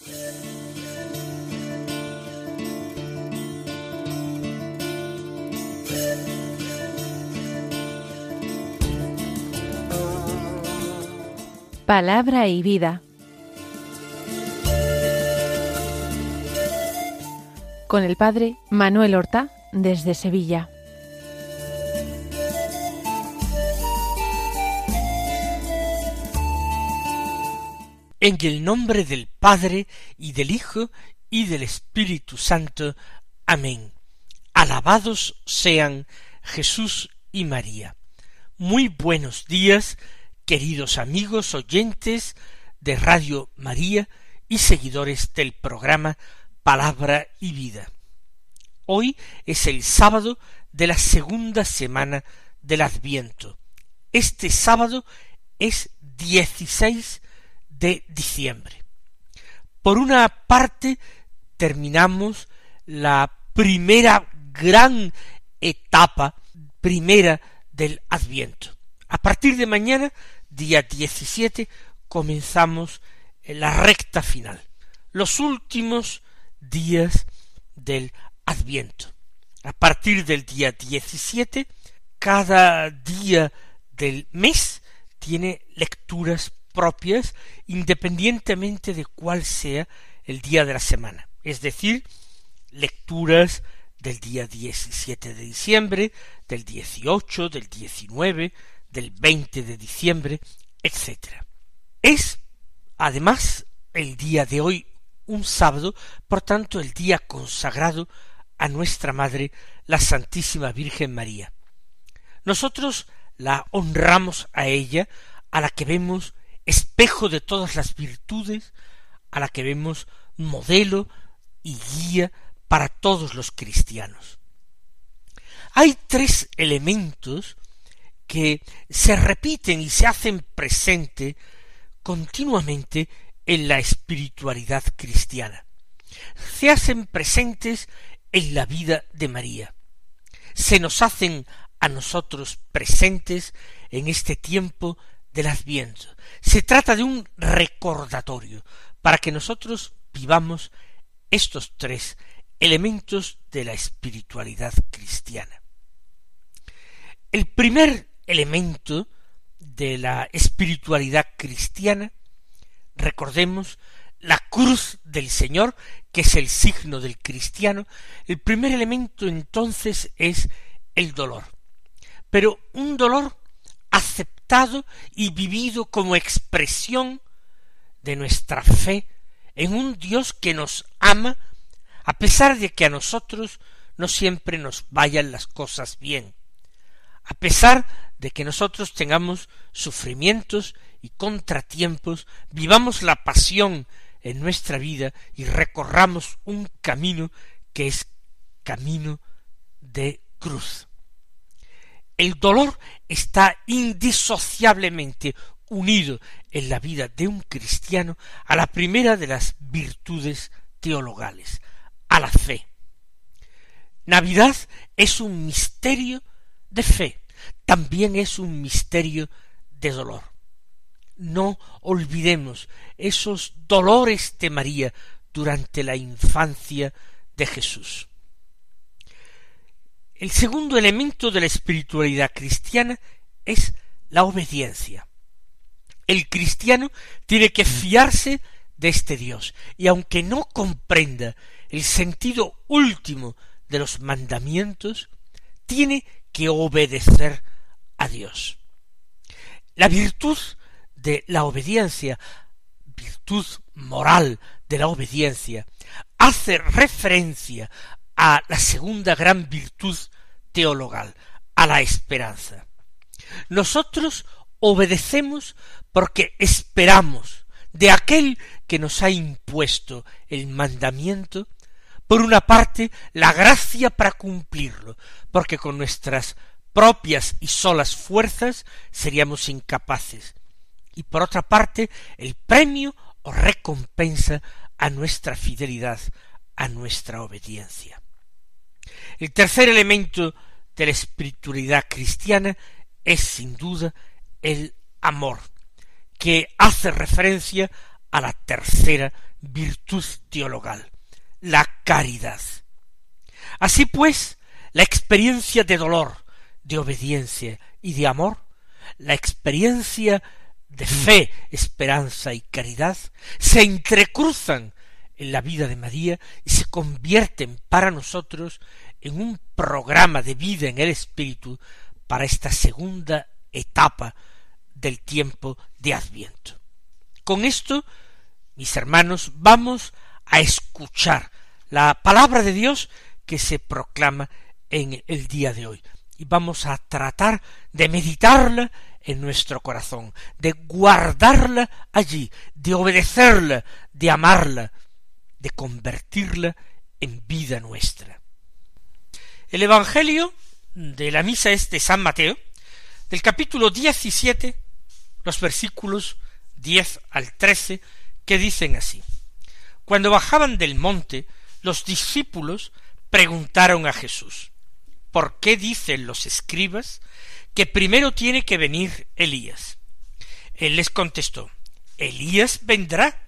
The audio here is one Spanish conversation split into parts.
Palabra y vida. Con el padre Manuel Horta, desde Sevilla. En el nombre del Padre, y del Hijo, y del Espíritu Santo. Amén. Alabados sean Jesús y María. Muy buenos días, queridos amigos oyentes de Radio María y seguidores del programa Palabra y Vida. Hoy es el sábado de la segunda semana del Adviento. Este sábado es 16 de diciembre. Por una parte, terminamos la primera gran etapa, primera del Adviento. A partir de mañana, día 17, comenzamos la recta final, los últimos días del Adviento. A partir del día 17, cada día del mes tiene lecturas propias, independientemente de cuál sea el día de la semana. Es decir, lecturas del día 17 de diciembre, del 18, del 19, del 20 de diciembre, etc. Es, además, el día de hoy un sábado, por tanto, el día consagrado a nuestra Madre, la Santísima Virgen María. Nosotros la honramos a ella, a la que vemos espejo de todas las virtudes, a la que vemos modelo y guía para todos los cristianos. Hay tres elementos que se repiten y se hacen presente continuamente en la espiritualidad cristiana. Se hacen presentes en la vida de María. Se nos hacen a nosotros presentes en este tiempo del Adviento. Se trata de un recordatorio para que nosotros vivamos estos tres elementos de la espiritualidad cristiana. El primer elemento de la espiritualidad cristiana, recordemos la cruz del Señor, que es el signo del cristiano. El primer elemento entonces es el dolor, pero un dolor aceptado y vivido como expresión de nuestra fe en un Dios que nos ama, a pesar de que a nosotros no siempre nos vayan las cosas bien, a pesar de que nosotros tengamos sufrimientos y contratiempos, vivamos la pasión en nuestra vida y recorramos un camino que es camino de cruz. El dolor está indisociablemente unido en la vida de un cristiano a la primera de las virtudes teologales, a la fe. Navidad es un misterio de fe, también es un misterio de dolor. No olvidemos esos dolores de María durante la infancia de Jesús. El segundo elemento de la espiritualidad cristiana es la obediencia. El cristiano tiene que fiarse de este Dios, y aunque no comprenda el sentido último de los mandamientos, tiene que obedecer a Dios. La virtud de la obediencia, virtud moral de la obediencia, hace referencia a la segunda gran virtud teologal, a la esperanza. Nosotros obedecemos porque esperamos de aquel que nos ha impuesto el mandamiento, por una parte, la gracia para cumplirlo, porque con nuestras propias y solas fuerzas seríamos incapaces, y por otra parte, el premio o recompensa a nuestra fidelidad, a nuestra obediencia. El tercer elemento de la espiritualidad cristiana es sin duda el amor, que hace referencia a la tercera virtud teologal, la caridad. Así pues, la experiencia de dolor, de obediencia y de amor, la experiencia de fe, esperanza y caridad, se entrecruzan en la vida de María y se convierten para nosotros en un programa de vida en el Espíritu para esta segunda etapa del tiempo de Adviento. Con esto, mis hermanos, vamos a escuchar la palabra de Dios que se proclama en el día de hoy, y vamos a tratar de meditarla en nuestro corazón, de guardarla allí, de obedecerla, de amarla, de convertirla en vida nuestra. El Evangelio de la misa es de San Mateo, del capítulo 17, los versículos 10 al 13, que dicen así: Cuando bajaban del monte, los discípulos preguntaron a Jesús: ¿por qué dicen los escribas que primero tiene que venir Elías? Él les contestó: Elías vendrá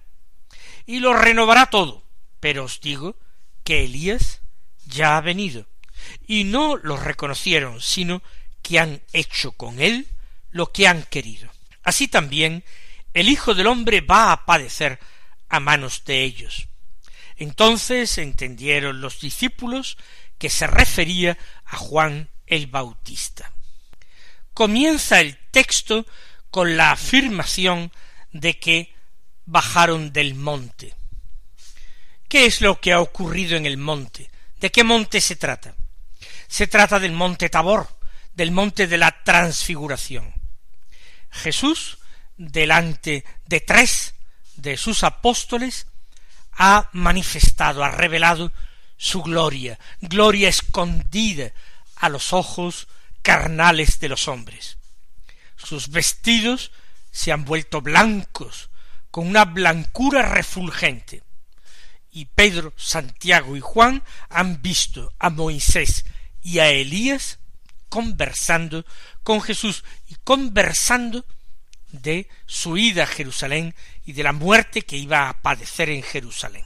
y lo renovará todo, pero os digo que Elías ya ha venido, y no lo reconocieron, sino que han hecho con él lo que han querido. Así también el Hijo del Hombre va a padecer a manos de ellos. Entonces entendieron los discípulos que se refería a Juan el Bautista. Comienza el texto con la afirmación de que bajaron del monte. ¿Qué es lo que ha ocurrido en el monte? ¿De qué monte se trata? Se trata del monte Tabor, del monte de la transfiguración. Jesús, delante de 3 de sus apóstoles, ha manifestado, ha revelado su gloria, gloria escondida a los ojos carnales de los hombres. Sus vestidos se han vuelto blancos, con una blancura refulgente. Y Pedro, Santiago y Juan han visto a Moisés y a Elías conversando con Jesús y conversando de su ida a Jerusalén y de la muerte que iba a padecer en Jerusalén.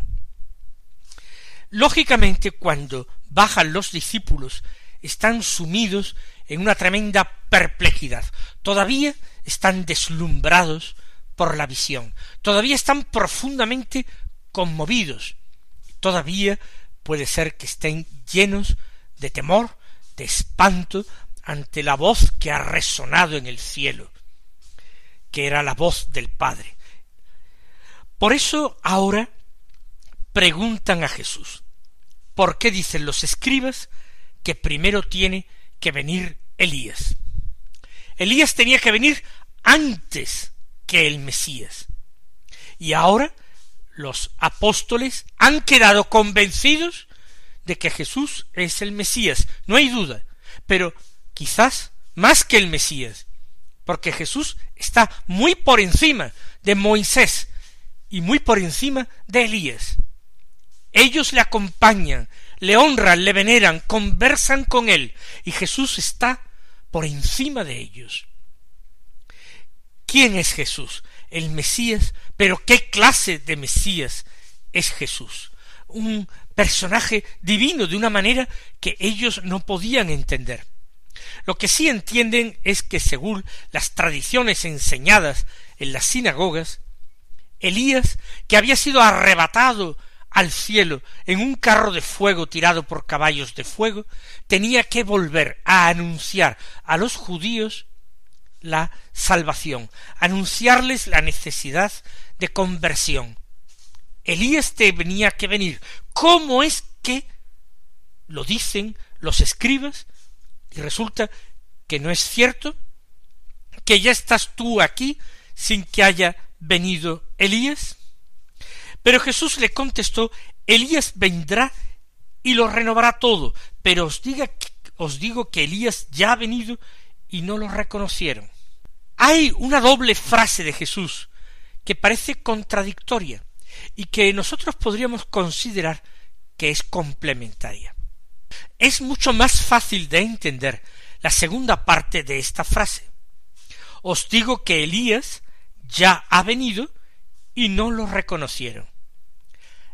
Lógicamente, cuando bajan los discípulos, están sumidos en una tremenda perplejidad. Todavía están deslumbrados por la visión. Todavía están profundamente conmovidos. Todavía puede ser que estén llenos de temor, de espanto ante la voz que ha resonado en el cielo, que era la voz del Padre. Por eso ahora preguntan a Jesús: ¿por qué dicen los escribas que primero tiene que venir Elías? Elías tenía que venir antes que el Mesías. Y ahora los apóstoles han quedado convencidos de que Jesús es el Mesías, no hay duda, pero quizás más que el Mesías, porque Jesús está muy por encima de Moisés y muy por encima de Elías. Ellos le acompañan, le honran, le veneran, conversan con él, y Jesús está por encima de ellos. ¿Quién es Jesús? El Mesías. Pero ¿qué clase de Mesías es Jesús? Un personaje divino de una manera que ellos no podían entender. Lo que sí entienden es que, según las tradiciones enseñadas en las sinagogas, Elías, que había sido arrebatado al cielo en un carro de fuego tirado por caballos de fuego, tenía que volver a anunciar a los judíos la salvación, anunciarles la necesidad de conversión. Elías tenía que venir. ¿Cómo es que lo dicen los escribas? Y resulta que no es cierto, que ya estás tú aquí sin que haya venido Elías. Pero Jesús le contestó: Elías vendrá y lo renovará todo, pero os digo que Elías ya ha venido y no lo reconocieron. Hay una doble frase de Jesús que parece contradictoria y que nosotros podríamos considerar que es complementaria. Es mucho más fácil de entender la segunda parte de esta frase: os digo que Elías ya ha venido y no lo reconocieron.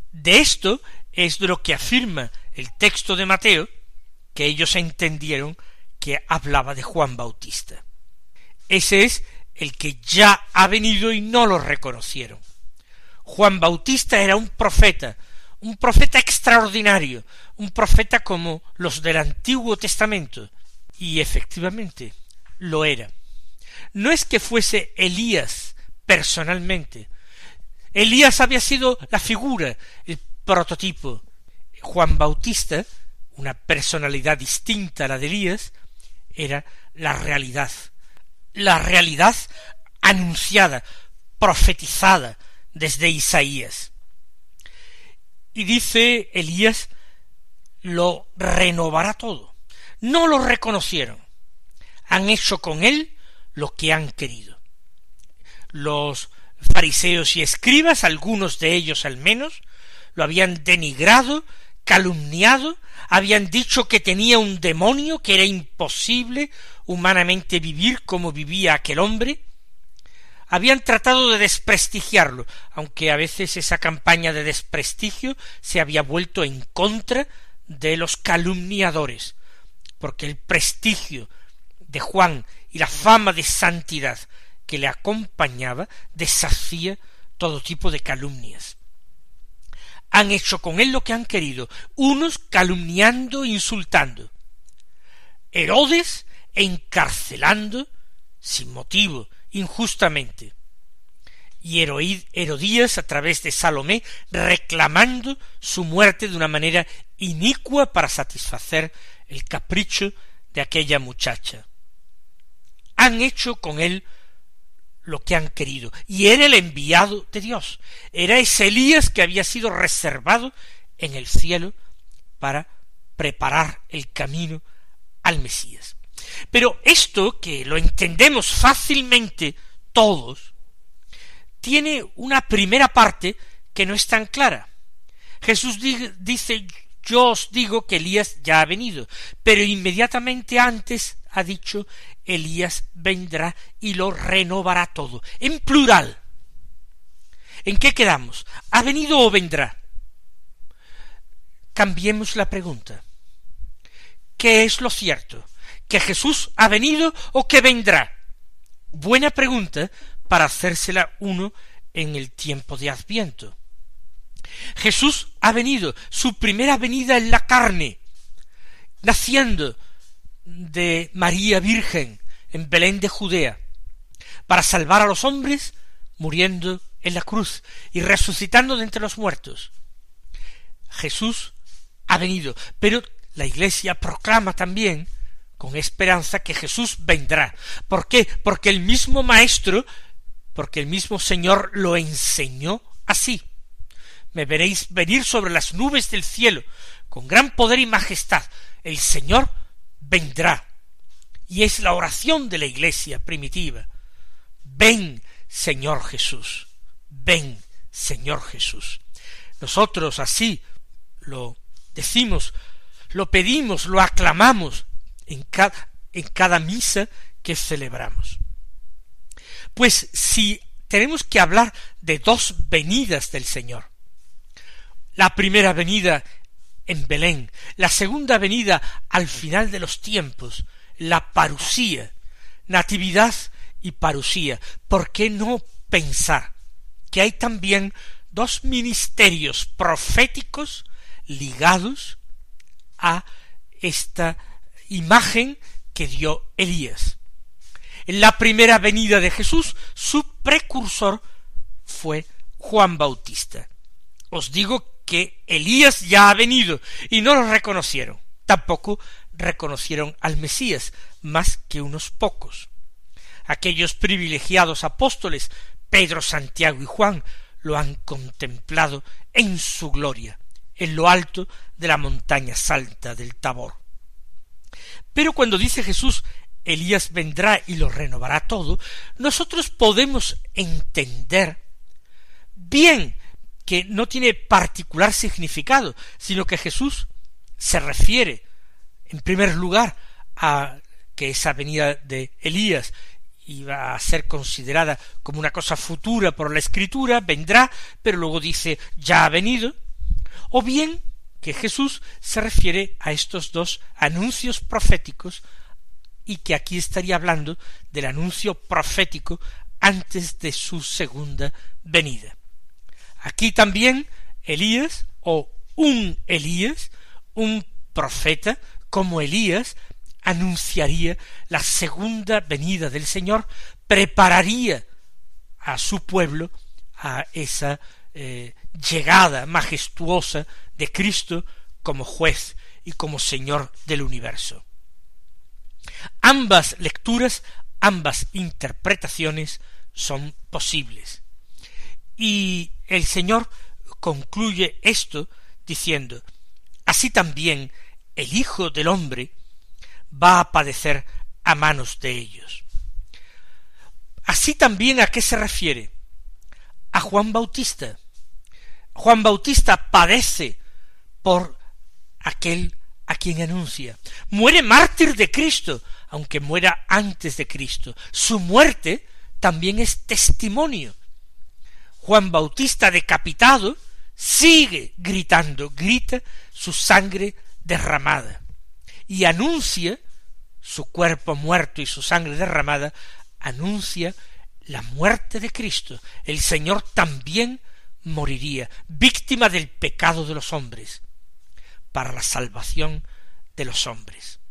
De esto es de lo que afirma el texto de Mateo, que ellos entendieron que hablaba de Juan Bautista. Ese es el que ya ha venido y no lo reconocieron. Juan Bautista era un profeta extraordinario, un profeta como los del Antiguo Testamento, y efectivamente lo era. No es que fuese Elías personalmente. Elías había sido la figura, el prototipo. Juan Bautista, una personalidad distinta a la de Elías, era la realidad anunciada, profetizada desde Isaías. Y dice Elías, lo renovará todo. No lo reconocieron. Han hecho con él lo que han querido. Los fariseos y escribas, algunos de ellos al menos, lo habían denigrado, calumniado, habían dicho que tenía un demonio, que era imposible humanamente vivir como vivía aquel hombre. Habían tratado de desprestigiarlo, aunque a veces esa campaña de desprestigio se había vuelto en contra de los calumniadores, porque el prestigio de Juan y la fama de santidad que le acompañaba deshacía todo tipo de calumnias. Han hecho con él lo que han querido, unos calumniando e insultando, Herodes encarcelando sin motivo, injustamente, y Herodías a través de Salomé reclamando su muerte de una manera inicua para satisfacer el capricho de aquella muchacha. Han hecho con él lo que han querido, y era el enviado de Dios, era ese Elías que había sido reservado en el cielo para preparar el camino al Mesías. Pero esto, que lo entendemos fácilmente todos, tiene una primera parte que no es tan clara. Jesús dice, yo os digo que Elías ya ha venido, pero inmediatamente antes ha dicho, Elías vendrá y lo renovará todo, en plural. ¿En qué quedamos? ¿Ha venido o vendrá? Cambiemos la pregunta. ¿Qué es lo cierto? ¿Que Jesús ha venido o que vendrá? Buena pregunta para hacérsela uno en el tiempo de Adviento. Jesús ha venido, su primera venida en la carne, naciendo de María Virgen en Belén de Judea, para salvar a los hombres, muriendo en la cruz y resucitando de entre los muertos. Jesús ha venido, pero la Iglesia proclama también con esperanza que Jesús vendrá. ¿Por qué? Porque el mismo Maestro, porque el mismo Señor lo enseñó así. Me veréis venir sobre las nubes del cielo, con gran poder y majestad. El Señor vendrá. Y es la oración de la Iglesia primitiva. Ven, Señor Jesús. Ven, Señor Jesús. Nosotros así lo decimos, lo pedimos, lo aclamamos en cada misa que celebramos. Pues si tenemos que hablar de dos venidas del Señor, la primera venida en Belén, la segunda venida al final de los tiempos, la parusía, natividad y parusía, ¿por qué no pensar que hay también dos ministerios proféticos ligados a esta imagen que dio Elías? En la primera venida de Jesús, su precursor fue Juan Bautista. Os digo que Elías ya ha venido y no lo reconocieron. Tampoco reconocieron al Mesías, más que unos pocos. Aquellos privilegiados apóstoles, Pedro, Santiago y Juan, lo han contemplado en su gloria, en lo alto de la montaña alta del Tabor. Pero cuando dice Jesús, Elías vendrá y lo renovará todo, nosotros podemos entender bien que no tiene particular significado, sino que Jesús se refiere, en primer lugar, a que esa venida de Elías iba a ser considerada como una cosa futura por la Escritura, vendrá, pero luego dice, ya ha venido, o bien que Jesús se refiere a estos dos anuncios proféticos y que aquí estaría hablando del anuncio profético antes de su segunda venida. Aquí también Elías, o un Elías, un profeta como Elías, anunciaría la segunda venida del Señor, prepararía a su pueblo a esa llegada majestuosa de Cristo como juez y como Señor del universo. Ambas lecturas, ambas interpretaciones son posibles. Y el Señor concluye esto diciendo: así también el Hijo del Hombre va a padecer a manos de ellos. Así también, ¿a qué se refiere? A Juan Bautista. Juan Bautista padece por aquel a quien anuncia. Muere mártir de Cristo, aunque muera antes de Cristo. Su muerte también es testimonio. Juan Bautista, decapitado, sigue gritando, grita su sangre derramada y anuncia su cuerpo muerto y su sangre derramada, anuncia la muerte de Cristo. El Señor también moriría, víctima del pecado de los hombres, para la salvación de los hombres.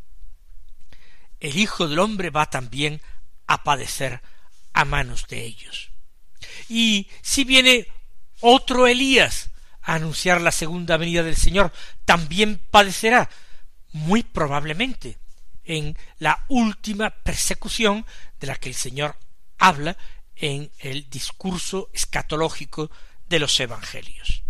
El Hijo del Hombre va también a padecer a manos de ellos. Y si viene otro Elías a anunciar la segunda venida del Señor, también padecerá, muy probablemente, en la última persecución de la que el Señor habla en el discurso escatológico de los evangelios.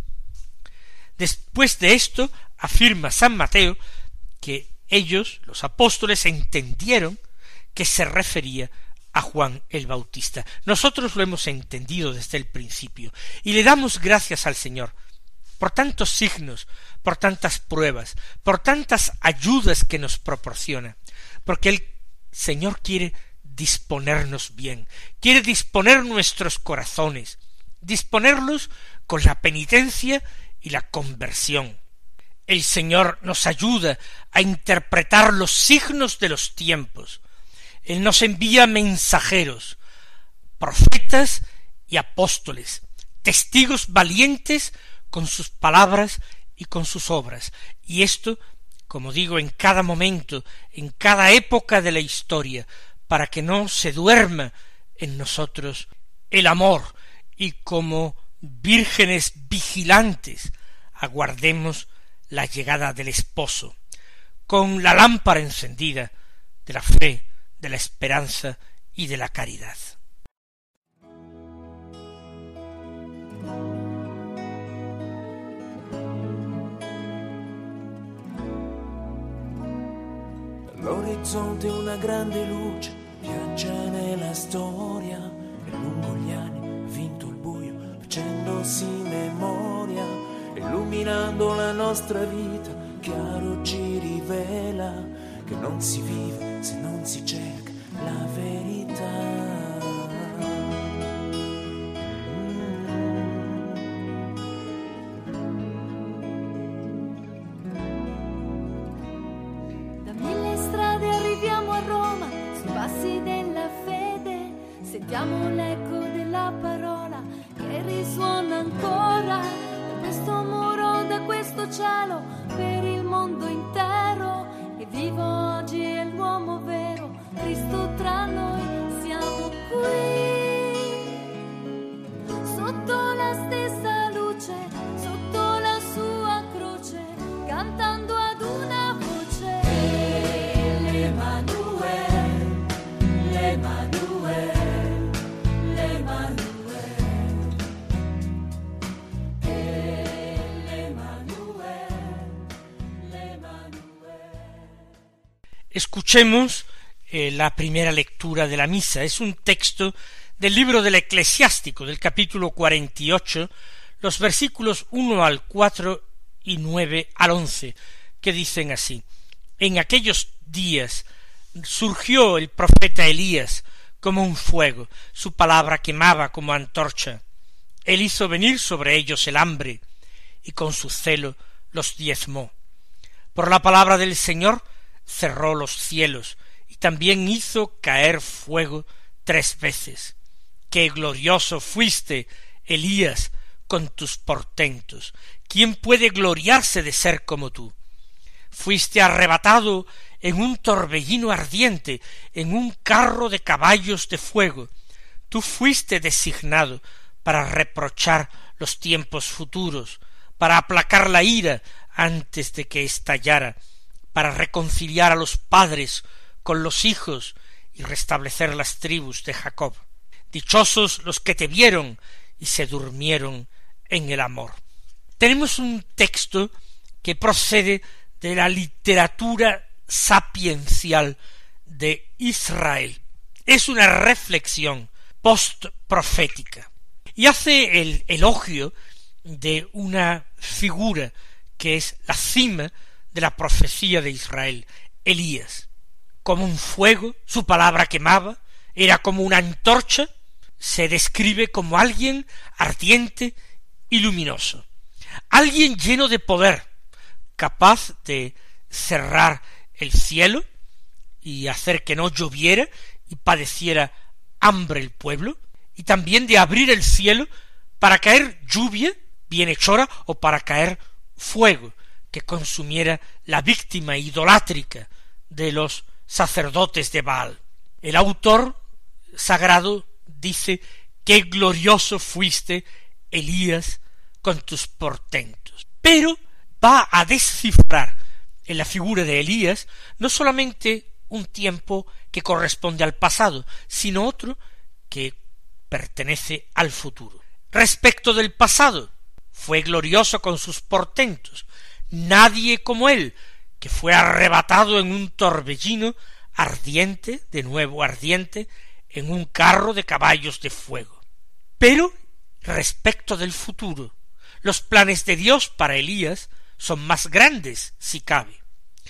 Después de esto, afirma San Mateo que ellos, los apóstoles, entendieron que se refería a Juan el Bautista. Nosotros lo hemos entendido desde el principio y le damos gracias al Señor por tantos signos, por tantas pruebas, por tantas ayudas que nos proporciona, porque el Señor quiere disponernos bien, quiere disponer nuestros corazones, disponerlos con la penitencia y la conversión. El Señor nos ayuda a interpretar los signos de los tiempos. Él nos envía mensajeros, profetas y apóstoles, testigos valientes con sus palabras y con sus obras. Y esto, como digo, en cada momento, en cada época de la historia, para que no se duerma en nosotros el amor, y como vírgenes vigilantes aguardemos la llegada del esposo, con la lámpara encendida de la fe, de la esperanza y de la caridad. All'orizzonte una grande luce viaggia nella storia e lungo gli anni ha vinto il buio facendosi memoria, illuminando la nostra vita, chiaro ci rivela che non si vive se non si cerca la verità. Da mille strade arriviamo a Roma, sui passi della fede, sentiamo l'eco della parola che risuona ancora, da questo muro, da questo cielo, per il mondo intero. E vivo oggi è l'uomo vero, Cristo tra noi, siamo qui, sotto la stessa luce, sotto la sua croce, cantando ad una voce. L'Emanuel, l'Emanuel, l'Emanuel. Escuchemos la primera lectura de la misa. Es un texto del libro del Eclesiástico, del capítulo 48, los versículos 1 al 4 y 9 al 11, que dicen así: En aquellos días surgió el profeta Elías como un fuego, su palabra quemaba como antorcha. Él hizo venir sobre ellos el hambre, y con su celo los diezmó. Por la palabra del Señor cerró los cielos, y también hizo caer fuego 3 veces. ¡Qué glorioso fuiste, Elías, con tus portentos! ¿Quién puede gloriarse de ser como tú? Fuiste arrebatado en un torbellino ardiente, en un carro de caballos de fuego. Tú fuiste designado para reprochar los tiempos futuros, para aplacar la ira antes de que estallara, para reconciliar a los padres con los hijos y restablecer las tribus de Jacob. Dichosos los que te vieron y se durmieron en el amor. Tenemos un texto que procede de la literatura sapiencial de Israel. Es una reflexión postprofética y hace el elogio de una figura que es la cima de la profecía de Israel, Elías. Como un fuego, su palabra quemaba, era como una antorcha, se describe como alguien ardiente y luminoso, alguien lleno de poder, capaz de cerrar el cielo y hacer que no lloviera y padeciera hambre el pueblo, y también de abrir el cielo para caer lluvia bienhechora o para caer fuego que consumiera la víctima idolátrica de los sacerdotes de Baal. El autor sagrado dice: qué glorioso fuiste, Elías, con tus portentos. Pero va a descifrar en la figura de Elías no solamente un tiempo que corresponde al pasado, sino otro que pertenece al futuro. Respecto del pasado, fue glorioso con sus portentos. Nadie como él, que fue arrebatado en un torbellino ardiente, de nuevo ardiente, en un carro de caballos de fuego. Pero, respecto del futuro, los planes de Dios para Elías son más grandes, si cabe.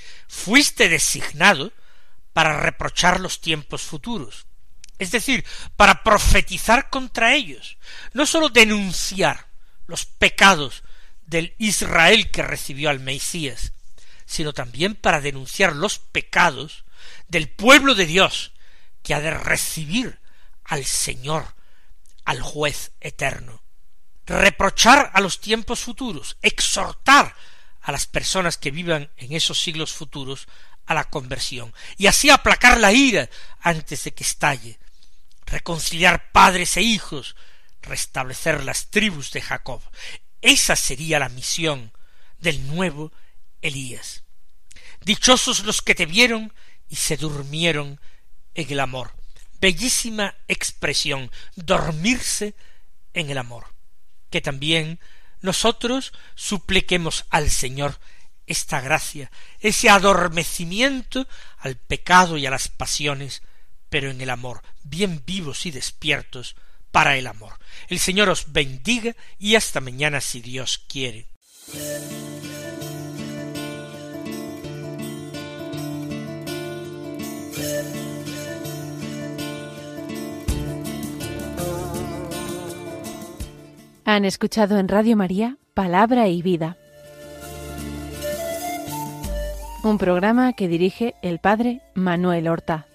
Fuiste designado para reprochar los tiempos futuros, es decir, para profetizar contra ellos, no sólo denunciar los pecados del Israel que recibió al Mesías, sino también para denunciar los pecados del pueblo de Dios que ha de recibir al Señor, al juez eterno. Reprochar a los tiempos futuros, exhortar a las personas que vivan en esos siglos futuros a la conversión, y así aplacar la ira antes de que estalle, reconciliar padres e hijos, restablecer las tribus de Jacob. Esa sería la misión del nuevo Elías. Dichosos los que te vieron y se durmieron en el amor. Bellísima expresión, dormirse en el amor. Que también nosotros supliquemos al Señor esta gracia, ese adormecimiento al pecado y a las pasiones, pero en el amor, bien vivos y despiertos para el amor. El Señor os bendiga y hasta mañana si Dios quiere. Han escuchado en Radio María Palabra y Vida, un programa que dirige el Padre Manuel Horta.